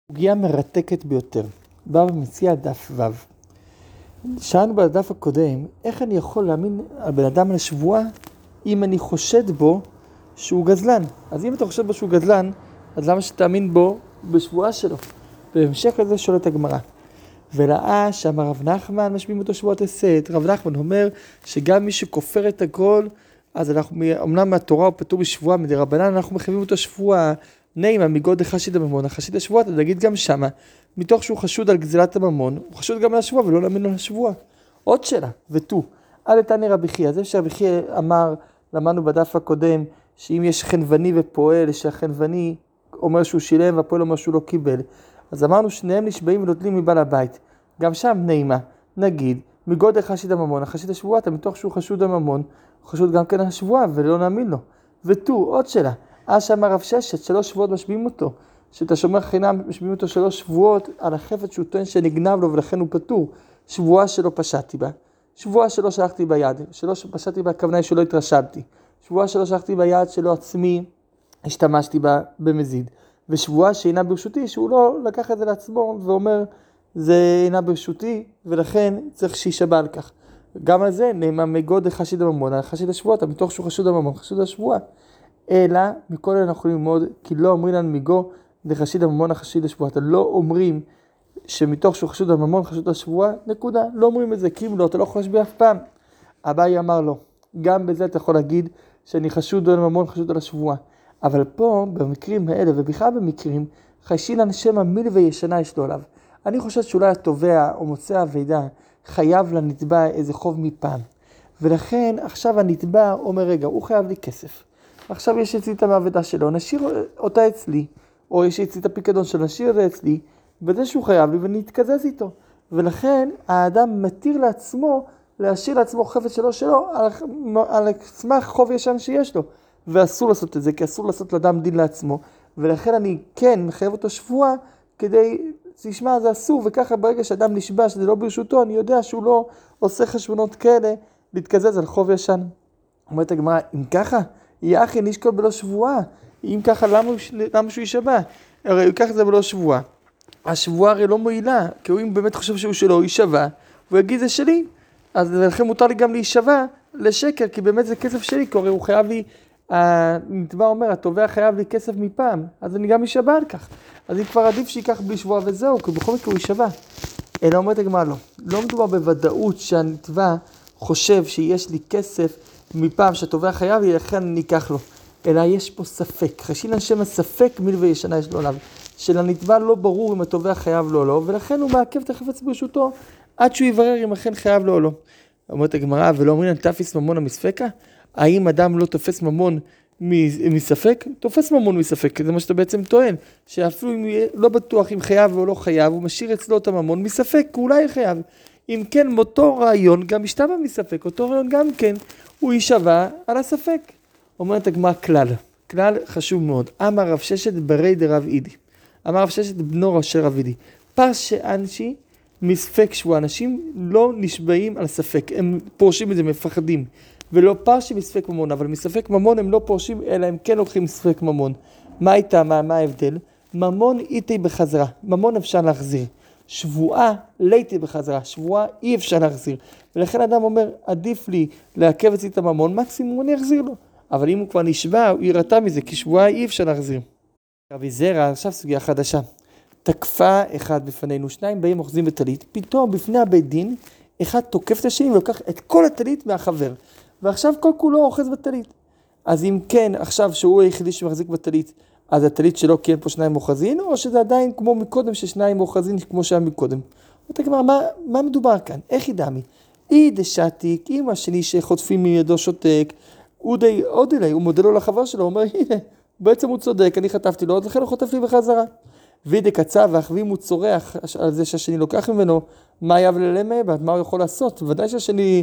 סוגיה מרתקת ביותר. בא ומציע דף ו'. שאלנו בדף הקודם, איך אני יכול להאמין על בן אדם על השבועה אם אני חושד בו שהוא גזלן? אז אם אתה חושד בו שהוא גזלן, אז למה שתאמין בו בשבועה שלו? בהמשך לזה שואלת הגמרא. וראה שם רב נחמן משמיעים אותו שבועת הסת. רב נחמן אומר שגם מי שכופר את הכל, אז אנחנו, אמנם מהתורה הוא פטור בשבועה, מדי רבנן אנחנו מחייבים אותו שבועה, נימה מגוד החסיד הממון, החסיד השבועה, אתה נגיד גם שמה, מתוך שהוא חשוד על גזלת הממון, הוא חשוד גם על השבועה ולא להאמין לו לשבועה. עוד שאלה, ותו, אל תעני רבי חייא, זה שרבי חייא אמר, למדנו בדף הקודם, שאם יש חנווני ופועל, שהחנווני אומר שהוא שילם והפועל אומר שהוא לא קיבל, אז אמרנו שניהם נשבעים ונוטלים מבעל הבית. גם שם נימה, נגיד, מגוד החסיד הממון, החסיד השבועה, אתה מתוך שהוא חשוד הממון, הוא חשוד גם כן על השבועה ולא נאמין לו. ותו, עוד שאלה, שם הרב ששת, 3 שבועות משביעים אותו, שאתה שומר חינם משביעים אותו 3 שבועות על החפץ שהוא טוען שנגנב לו ולכן הוא פטור. שבועה שלא פשעתי בה, שבועה שלא שלחתי ביד, שלא פשעתי בה הכוונה שלא התרשמתי, שבועה שלא שלחתי ביד שלא עצמי השתמשתי בה במזיד, ושבועה שאינה ברשותי שהוא לא לקח את זה לעצמו ואומר זה אינה ברשותי ולכן צריך שישבע על כך. גם על זה נאמר מגוד החסיד הממון, על החסיד השבועה, אתה מתוך שהוא חשוד הממון, חשוד השבועה. אלא מכל אלה אנחנו יכולים ללמוד, כי לא אומרים לנו מגו דחסיד הממון החסיד השבועה. אתה לא אומרים שמתוך שהוא חשוד הממון חשוד השבועה, נקודה. לא אומרים את זה, כי אם לא, אתה לא יכול להשביע אף פעם. אביי אמר לו, גם בזה אתה יכול להגיד שאני חשוד על הממון, חשוד על השבועה. אבל פה, במקרים האלה, ובכלל במקרים, חיישין שם המילווה ישנה יש לו עליו. אני חושב שאולי התובע או מוצא הוועידה חייב לנתבע איזה חוב מפעם. ולכן עכשיו הנתבע אומר, רגע, הוא חייב לי כסף. עכשיו יש אצלי את המעבדה שלו, נשאיר אותה אצלי, או יש אצלי את הפיקדון שלו, נשאיר את זה אצלי, וזה שהוא חייב לי ונתקזז איתו. ולכן האדם מתיר לעצמו, להשאיר לעצמו חפץ שלו, על סמך חוב ישן שיש לו. ואסור לעשות את זה, כי אסור לעשות לאדם דין לעצמו. ולכן אני כן מחייב אותו שבועה, כדי שישמע זה אסור, וככה ברגע שאדם נשבע שזה לא ברשותו, אני יודע שהוא לא עושה חשבונות כאלה, להתקזז על חוב ישן. אומרת הגמרא, אם ככה, יא אחי נשקול בלא שבועה, אם ככה למה שהוא יישבע? הרי הוא ייקח את זה בלא שבועה. השבועה הרי לא מועילה, כי הוא אם באמת חושב שהוא שלו, הוא יישבע, והוא יגיד זה שלי. אז לכן מותר לי גם להישבע לשקר, כי באמת זה כסף שלי, כי הרי הוא חייב לי, הנתבע אומר, התובע חייב לי כסף מפעם, אז אני גם יישבע על כך. אז אני כבר עדיף שיקח בלי שבועה וזהו, כי בכל מקרה הוא יישבע. אלא אומרת הגמרא לא. לא מדובר בוודאות שהנתבע חושב שיש לי כסף מפעם שהתובע חייב לי, לכן אני אקח לו. אלא יש פה ספק. חשין השם הספק מילווה ישנה יש לו עליו. שלנתבע לא ברור אם התובע חייב לו או לא, ולכן הוא מעכב את החפץ ברשותו, עד שהוא יברר אם אכן חייב לו או לא. אומרת הגמרא, ולא אומרים תפיס ממון מספקה? האם אדם לא תופס ממון מספק? תופס ממון מספק, זה מה שאתה בעצם טוען. שאפילו אם לא בטוח אם חייב או לא חייב, הוא משאיר אצלו את הממון מספק, כי אולי חייב. אם כן, מאותו רעיון גם משתבע מספק, אותו רעיון גם כן, הוא יישבע על הספק. אומרת הגמרא כלל חשוב מאוד. אמר רב ששת ברי דרב אידי. אמר רב ששת בנו של רב אידי. פרשי אנשי מספק שבועה. אנשים לא נשבעים על ספק, הם פורשים את זה, מפחדים. ולא פרשי מספק ממון, אבל מספק ממון הם לא פורשים, אלא הם כן לוקחים מספק ממון. מה הייתה, מה ההבדל? ממון איתי בחזרה, ממון אפשר להחזיר. שבועה ליתי בחזרה, שבועה אי אפשר להחזיר. ולכן אדם אומר, עדיף לי לעכב אצלי את הממון, מקסימום אני אחזיר לו. אבל אם הוא כבר נשבע, הוא ירתע מזה, כי שבועה אי אפשר להחזיר. רבי זרע, עכשיו סוגיה חדשה. תקפה אחד בפנינו, 2 באים אוחזים בטלית, פתאום בפני הבית דין, אחד תוקף את השני ולוקח את כל הטלית מהחבר. ועכשיו כל כולו אוחז בטלית. אז אם כן, עכשיו שהוא היחידי שמחזיק בטלית, אז הטלית שלו כי אין פה 2 אוחזין, או שזה עדיין כמו מקודם ש2 אוחזין כמו שהיה מקודם. אתה כבר, מה מדובר כאן? איך ידעמי? אי דשתיק, אם השני שחוטפים מידו שותק, עוד אליי, הוא מודה לו לחבר שלו, הוא אומר, הנה, בעצם הוא צודק, אני חטפתי לו, לכן הוא חוטף לי בחזרה. וידי קצבח, ואם הוא צורח על זה שהשני לוקח ממנו, מה היה וללמה בת, מה הוא יכול לעשות? ודאי שהשני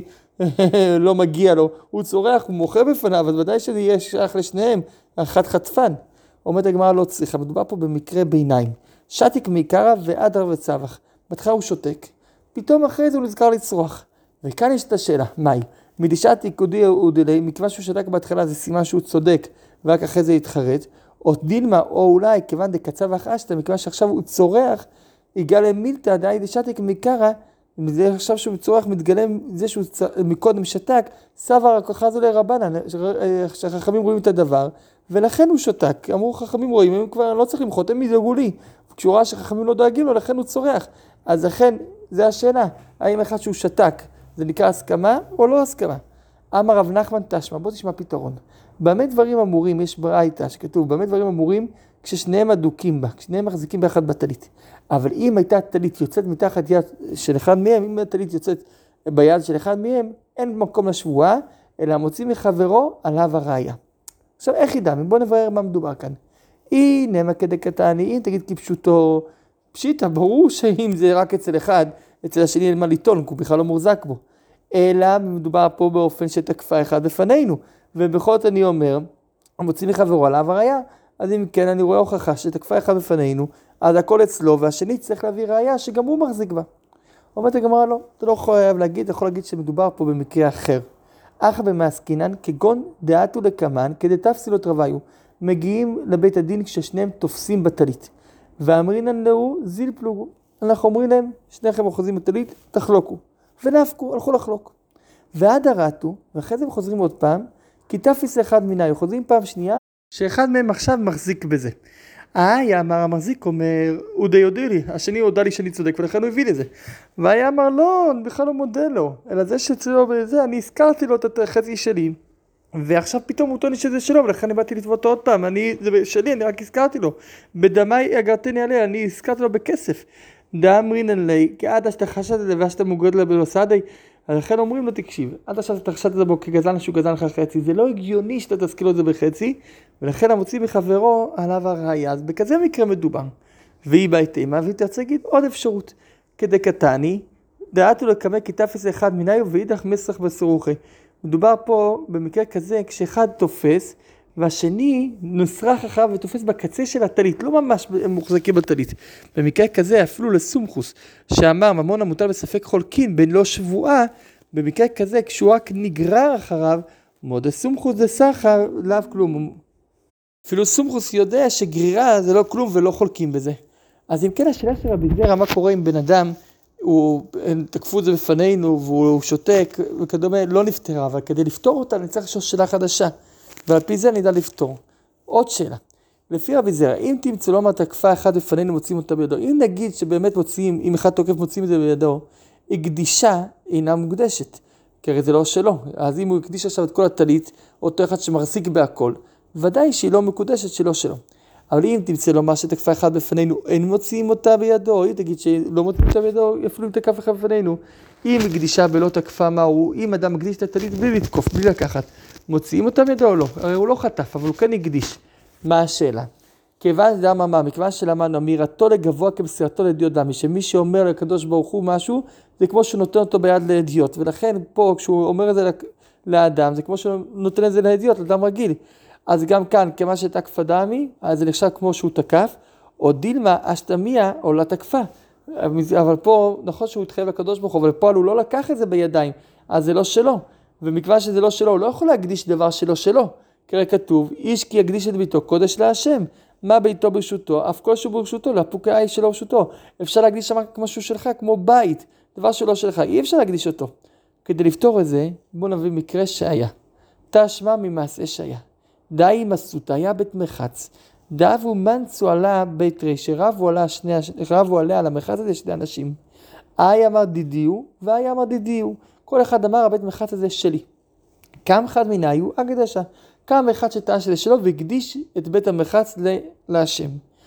לא מגיע לו, הוא צורח, הוא מוכר בפניו, אז ודאי שזה יהיה שייך לשניהם, אחד חטפן. עומד הגמרא לא צריכה, מדובר פה במקרה ביניים. שתיק מעיקרא ואדר וצבח. בהתחלה הוא שותק, פתאום אחרי זה הוא נזכר לצרוח. וכאן יש את השאלה, מהי? מדשתיק אודי אודילי, מכיוון שהוא שתק בהתחלה זה סימן שהוא צודק, ורק אחרי זה יתחרט, או דילמה, או אולי כיוון דקצב אחשתא, מכיוון שעכשיו הוא צורח, יגלה מילתא דאי דשתק מקרא, זה עכשיו שהוא צורח מתגלם, זה שהוא מקודם שתק, סבר הכוחזו לרבנן, שהחכמים רואים את הדבר, ולכן הוא שתק. אמרו חכמים רואים, הם כבר לא צריכים למחות, הם ידאגו לי. כשהוא ראה שחכמים לא דואגים לו, לכן הוא צורח. אז לכן, זה השאלה, האם אחד שהוא שתק, זה נקרא הסכמה או לא הסכמה? אמר רב נחמן תשמע, בוא תשמע פתרון. במה דברים אמורים, יש ברייתא שכתוב, במה דברים אמורים כששניהם אדוקים בה, כששניהם מחזיקים ביחד בטלית. אבל אם הייתה טלית יוצאת מתחת יד של אחד מהם, אם הטלית יוצאת ביד של אחד מהם, אין מקום לשבועה, אלא מוציא מחברו עליו הראיה. עכשיו, איך ידעם? בוא נברר מה מדובר כאן. הנה כדקתני, אם תגיד כפשוטו, פשיטה, ברור שאם זה רק אצל אחד, אצל השני אין מה לטעון, כי הוא בכלל לא מורזק בו. אלא מדובר פה באופן שתקפה אחד בפנינו. ובכל זאת אני אומר, מוציא מחברו עליו הראיה, אז אם כן אני רואה הוכחה שתקפה אחד בפנינו, אז הכל אצלו, והשני צריך להביא ראיה שגם הוא מחזיק בה. אומרת הגמרא לא, אתה לא חייב להגיד, אתה יכול להגיד שמדובר פה במקרה אחר. אך במעסקינן כגון דעתו לקמן, כדי תפסילו רוויו, מגיעים לבית הדין כששניהם תופסים בטלית. ואמרינן לו זיל פלוגו. אנחנו אומרים להם, שניכם אוחזים בטלית, תחלוקו. ונפקו, הלכו לחלוק. ועד הרתו, ואחרי זה הם חוזרים עוד פעם, כי תפיס אחד מיני, חוזרים פעם שנייה, שאחד מהם עכשיו מחזיק בזה. אמר המחזיק אומר, הוא די יודע לי, השני הודע לי שאני צודק, ולכן הוא הביא לזה. אמר לא, אני בכלל לא מודה לו, אלא זה שצריך בזה, אני הזכרתי לו את החצי שלי, ועכשיו פתאום הוא טוען שזה שלו, ולכן אני באתי לתבוע אותו עוד פעם, זה שלי, אני רק הזכרתי לו. בדמי אגרתני עליה, אני הזכרתי לו בכסף. דאמרינן לי, כי עד שאתה חשד את זה, ואתה מוגד לה בלוסדי, אז לכן אומרים לו, תקשיב, עד עכשיו אתה חשד את זה בו כגזלן שהוא גזלן לך חצי, זה לא הגיוני שאתה תזכיר לו את זה בחצי, ולכן המוציא מחברו עליו הראיה, אז בכזה מקרה מדובר. והיא בהתאמה, והיא תרצה להגיד עוד אפשרות. כדקתני, דעתו לקמא כי תפס אחד מיניו, ואידך מסך בסירוחי. מדובר פה במקרה כזה, כשאחד תופס, והשני נוסרח אחריו ותופס בקצה של הטלית, לא ממש מוחזקים בטלית. במקרה כזה, אפילו לסומכוס, שאמר ממון המוטל בספק חולקין בין לא שבועה, במקרה כזה, כשהוא רק נגרר אחריו, מודה סומכוס זה סחר, לאו כלום. אפילו סומכוס יודע שגרירה זה לא כלום ולא חולקים בזה. אז אם כן, השאלה של רבי זרע, מה קורה עם בן אדם, תקפו את זה בפנינו והוא שותק וכדומה, לא נפתרה, אבל כדי לפתור אותה נצטרך לשאול שאלה חדשה. ועל פי זה נדע לפתור. עוד שאלה. לפי רבי זרע, אם תמצאו לומר תקפה אחד בפנינו מוצאים אותה בידו, אם נגיד שבאמת מוצאים, אם אחד תוקף מוצאים את זה בידו, הקדישה אינה מוקדשת. כי הרי זה לא שלו. אז אם הוא הקדיש עכשיו את כל הטלית, אותו אחד שמחזיק בהכל, ודאי שהיא לא מקודשת שלא שלו. אבל אם תמצא לומר שתקפה אחד בפנינו, אין מוצאים אותה בידו, אם תגיד שלא מוצאים אותה בידו, אפילו אם תקף אחד בפנינו. אם הקדישה ולא תקפה מהו, אם אדם מקדיש את הטלית בלי לתקוף, בלי לקחת, מוציאים אותה בידו או לא? הרי הוא לא חטף, אבל הוא כן הקדיש. מה השאלה? כיוון זה אמר, מכיוון שלמדנו, אמירתו לגבוה כמסירתו לאדיוט דמי, שמי שאומר לקדוש ברוך הוא משהו, זה כמו שהוא נותן אותו ביד לאדיוט, ולכן פה כשהוא אומר את זה לאדם, זה כמו שהוא נותן את זה לאדיוט, לאדם רגיל. אז גם כאן, כמה שתקף דמי, אז זה נחשב כמו שהוא תקף, או דילמה אשתמיה או לא תקפה. אבל פה, נכון שהוא התחייב לקדוש ברוך הוא, אבל פה הוא לא לקח את זה בידיים, אז זה לא שלו. ומכיוון שזה לא שלו, הוא לא יכול להקדיש דבר שלו. כרי כתוב, איש כי יקדיש את ביתו קודש להשם. מה ביתו ברשותו? אף כל שהוא ברשותו, להפוקאי שלו ברשותו. אפשר להקדיש שם משהו שלך, כמו בית, דבר שלו שלך, אי אפשר להקדיש אותו. כדי לפתור את זה, בואו נביא מקרה שהיה. תשמע ממעשה שהיה. די מסות, היה בית מחץ. דאבו מנצו עלה בית רי, שרבו עליה על המחץ הזה שני אנשים. אי אמר דידיו, ואי אמר דידיו. כל אחד אמר, הבית מחץ הזה שלי. קם אחד מנהיו, הקדשה. קם אחד שטען שזה שלו, והקדיש את בית המחץ להשם.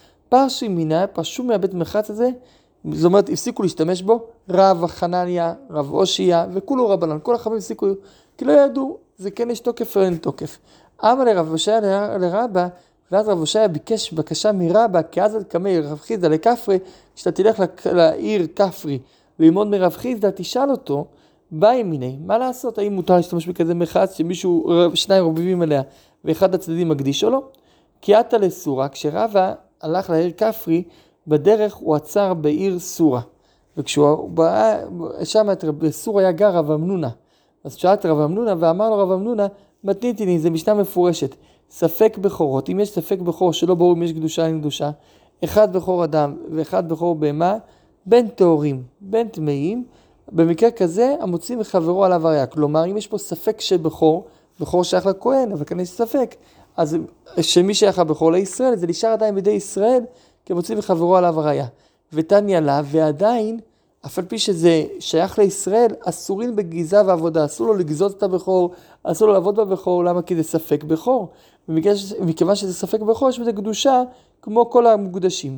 פרשו מהבית מחץ הזה, זאת אומרת, הפסיקו להשתמש בו, רב חנניה, רב אושיה, וכולו רבנן. כל החברים הפסיקו, כי לא ידעו, זה כן יש תוקף או אין תוקף. אמר לרב אושיה לרבה, ואז רב אושיה ביקש בקשה מרבה, כי אז קמא רב חיסדא לכפרי, כשאתה תלך לעיר כפרי, ללמוד מרב חיסדא, תשאל אותו, בא ימיני, מה לעשות? האם מותר להשתמש בכזה מחץ שמישהו, שניים רובבים עליה, ואחד הצדדים מקדיש או לא? כי עתה לסורה, כשרבה הלך לעיר כפרי, בדרך הוא עצר בעיר סורה. וכשהוא בא, שם בסורה היה גר רב אמנונה. אז שאלת רב אמנונה, ואמר לו רב אמנונה, מתניתיני, זה משנה מפורשת. ספק בכורות, אם יש ספק בכור שלא ברור אם יש קדושה או אין קדושה, אחד בכור אדם ואחד בכור בהמה, בין טהורים, בין טמאים, במקרה כזה המוציא מחברו עליו הראיה. כלומר, אם יש פה ספק שבכור, בכור שייך לכהן, אבל כאן יש ספק, אז שמי שייך הבכור לישראל, זה נשאר עדיין בידי ישראל, כי מוציא מחברו עליו הראיה. ותניא לה, ועדיין, אף על פי שזה שייך לישראל, אסורים בגזיזה ועבודה, אסור לו לגזוז את הבכור, אסור לו לעבוד בבכור, למה? כי זה ספק בכור. ומכיוון שזה ספק בכור, יש בזה קדושה כמו כל המקודשים.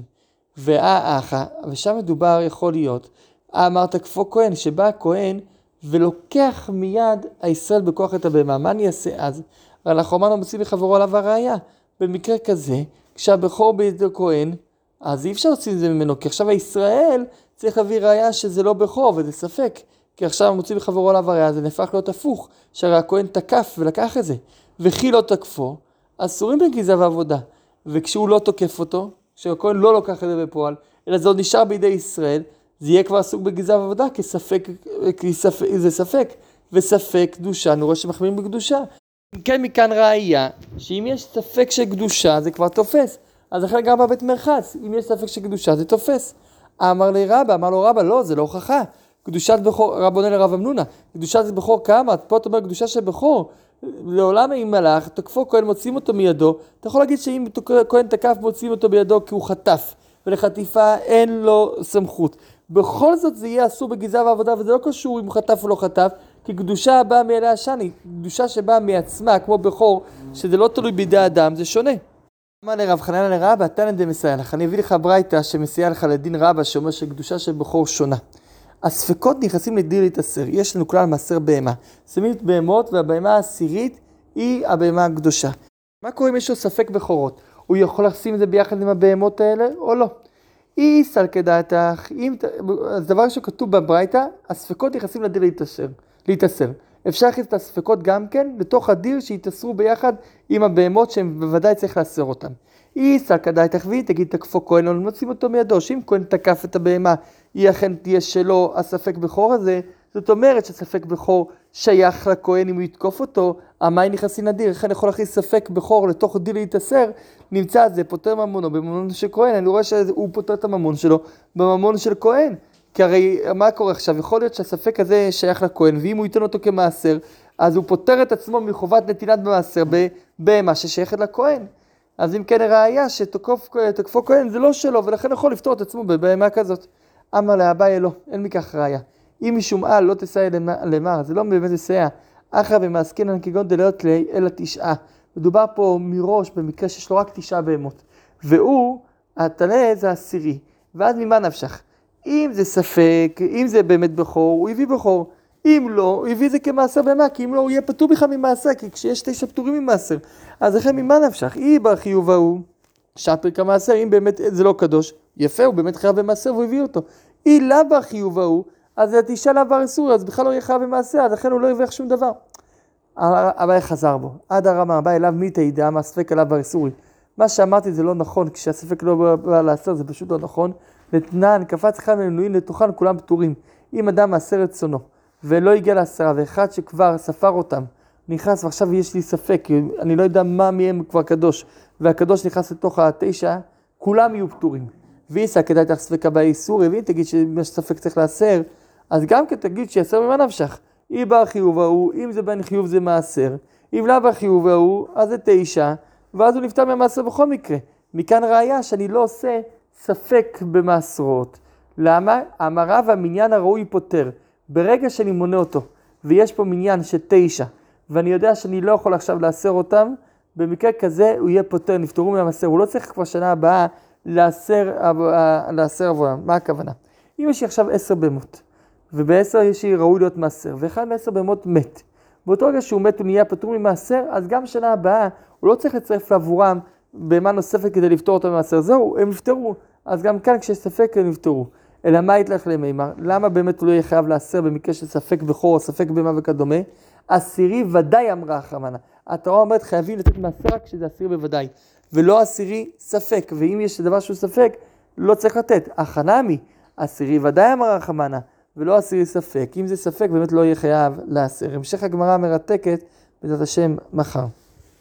ושם מדובר יכול להיות, אמרת כפו כהן, שבא הכהן ולוקח מיד הישראל בכוח את הבהמה. מה אני אעשה אז? הרי אנחנו אמרנו מוציא מחברו עליו הראיה. במקרה כזה, כשהבכור בידי כהן, אז אי אפשר להוציא את זה ממנו, כי עכשיו הישראל צריך להביא ראיה שזה לא בכור וזה ספק. כי עכשיו מוציא מחברו עליו הראיה, זה נהפך להיות הפוך, שהרי הכהן תקף ולקח את זה. וכי לא תקפו, אסורים בגזיזה ועבודה. וכשהוא לא תוקף אותו, כשהכהן לא לוקח את זה בפועל, אלא זה עוד נשאר בידי ישראל, זה יהיה כבר עסוק בגזיזה ועבודה, כי זה ספק. וספק קדושה, אני רואה שמחמירים בקדושה. כן, מכאן ראיה, שאם יש ספק של קדושה, זה כבר תופס. אז אחרי גם בבית מרחץ, אם יש ספק של קדושה, זה תופס. אמר לו רבא, לא, זה לא הוכחה. קדושת בכור, רב עונה לרב אמנונה, קדושת בכור כמה? פה אתה אומר קדושה של בכור. לעולם אם מלאך, תקפו כהן מוציאים אותו מידו, אתה יכול להגיד שאם כהן תקף מוציאים אותו בידו כי הוא חטף, ולחטיפה אין לו סמכות. בכל זאת זה יהיה אסור בגזיזה ועבודה, וזה לא קשור אם הוא חטף או לא חטף, כי קדושה באה מאלי השני, קדושה שבאה מעצמה, כמו בכור, שזה לא תלוי בידי אדם, זה שונה. אמר לרב חנניה לרבא, תנא דמסייע לך, אני אביא לך ברייתא שמסייע לך לדין רבא, שאומר שקדושה של בכור שונה. הספקות נכנסים לדין להתאסר, יש לנו כלל מעשר בהמה. שמים את בהמות והבהמה העשירית היא הבהמה הקדושה. מה קורה אם יש לו ספק בכורות? הוא יכול לשים את זה ביחד עם הבהמות האלה או לא? איסל כדעתך, אז דבר שכתוב בברייתא, הספקות נכנסים לדין להתאסר. אפשר להכניס את הספקות גם כן לתוך הדיר שיתאסרו ביחד עם הבהמות שהם בוודאי צריך לאסר אותם. איסל כדעתך והיא תגיד תקפו כהן, לא מוצאים אותו מידו, שאם כהן תקף את הבהמה, היא אכן תהיה שלו הספק בכור הזה, זאת אומרת שספק בכור שייך לכהן אם הוא יתקוף אותו, המים נכנסים לדיר, לכן יכול להכניס ספק בכור לתוך דיר להתאסר, נמצא את זה, פותר ממונו בממון של כהן, אני רואה שהוא פותר את הממון שלו בממון של כהן, כי הרי מה קורה עכשיו? יכול להיות שהספק הזה שייך לכהן, ואם הוא ייתן אותו כמעשר, אז הוא פותר את עצמו מחובת נתינת במעשר בהמה ששייכת לכהן. אז אם כן הראיה שתקפו כהן זה לא שלו, ולכן יכול לפתור את עצמו בבהמה כזאת. אמר לאביי לא, אין מכך ראיה. אם משום על לא תסייע למר, זה לא באמת תסייע. אחרא במעסקינן כגון דלאות לי, אלא 9. מדובר פה מראש במקרה שיש לו רק 9 בהמות. והוא, התנא זה 10. ואז ממה נפשך? אם זה ספק, אם זה באמת בכור, הוא הביא בכור. אם לא, הוא הביא זה כמעשר בהמה, כי אם לא, הוא יהיה פטור בכלל ממעשר, כי כשיש 9 פטורים ממעשר. אז לכן ממה נפשך? אי בחיוב ההוא, שפר כמעשר, אם באמת זה לא קדוש, יפה, הוא באמת חייב במעשר והוא הביא אותו. אי לא בחיוב ההוא, אז זה 9 לעבר איסור, אז בכלל לא יהיה חייב במעשר, אז לכן הוא לא יביא שום דבר. אביי חזר בו, עד הרמה אביי אליו מי תדע, מה הספק עליו באיסורי. מה שאמרתי זה לא נכון, כשהספק לא בא לעשר זה פשוט לא נכון. לתנן, קפץ אחד מנועים לתוכן, כולם פטורים. אם אדם מעשר רצונו, ולא הגיע לעשרה, ואחד שכבר ספר אותם, נכנס ועכשיו יש לי ספק, אני לא יודע מה מהם כבר קדוש, והקדוש נכנס לתוך 9, כולם יהיו פטורים. ואיסא כדאי תך ספק הבא איסור, ואם תגיד שיש ספק צריך לעשר, אז גם תגיד שיעשר ממה נפשך. אי בא חיוב ההוא, אם זה בין חיוב זה מעשר, אם לא בא חיוב ההוא, אז זה 9, ואז הוא נפטר מהמעשר בכל מקרה. מכאן ראיה שאני לא עושה ספק במעשרות. למה? אמרה והמניין הראוי פותר. ברגע שאני מונה אותו, ויש פה מניין של 9, ואני יודע שאני לא יכול עכשיו לעשר אותם, במקרה כזה הוא יהיה פותר, נפטרו מהמעשר. הוא לא צריך כבר שנה הבאה לעשר עבורם. מה הכוונה? אם יש לי עכשיו 10 בהמות, וב10 יש לי ראוי להיות מעשר, ואחד מ10 בהמות מת. באותו רגע שהוא מת הוא נהיה פטור ממעשר, אז גם שנה הבאה הוא לא צריך לצרף לעבורם בהמה נוספת כדי לפתור אותו ממעשר. זהו, הם נפטרו. אז גם כאן כשיש ספק הם נפטרו. אלא מה יתלך למימר? למה באמת הוא לא יהיה חייב לעשר במקרה של ספק בכור או ספק בהמה וכדומה? 10 ודאי אמרה החמנה. התורה אומרת חייבים לתת מעשר רק כשזה 10 בוודאי. ולא 10 ספק. ואם יש דבר שהוא ספק, לא צריך לתת. החנמי, 10 ודאי אמרה החמנה. ולא 10 ספק. אם זה ספק באמת לא יהיה חייב לעשר. המשך הגמרא המרתקת בעזרת השם מחר.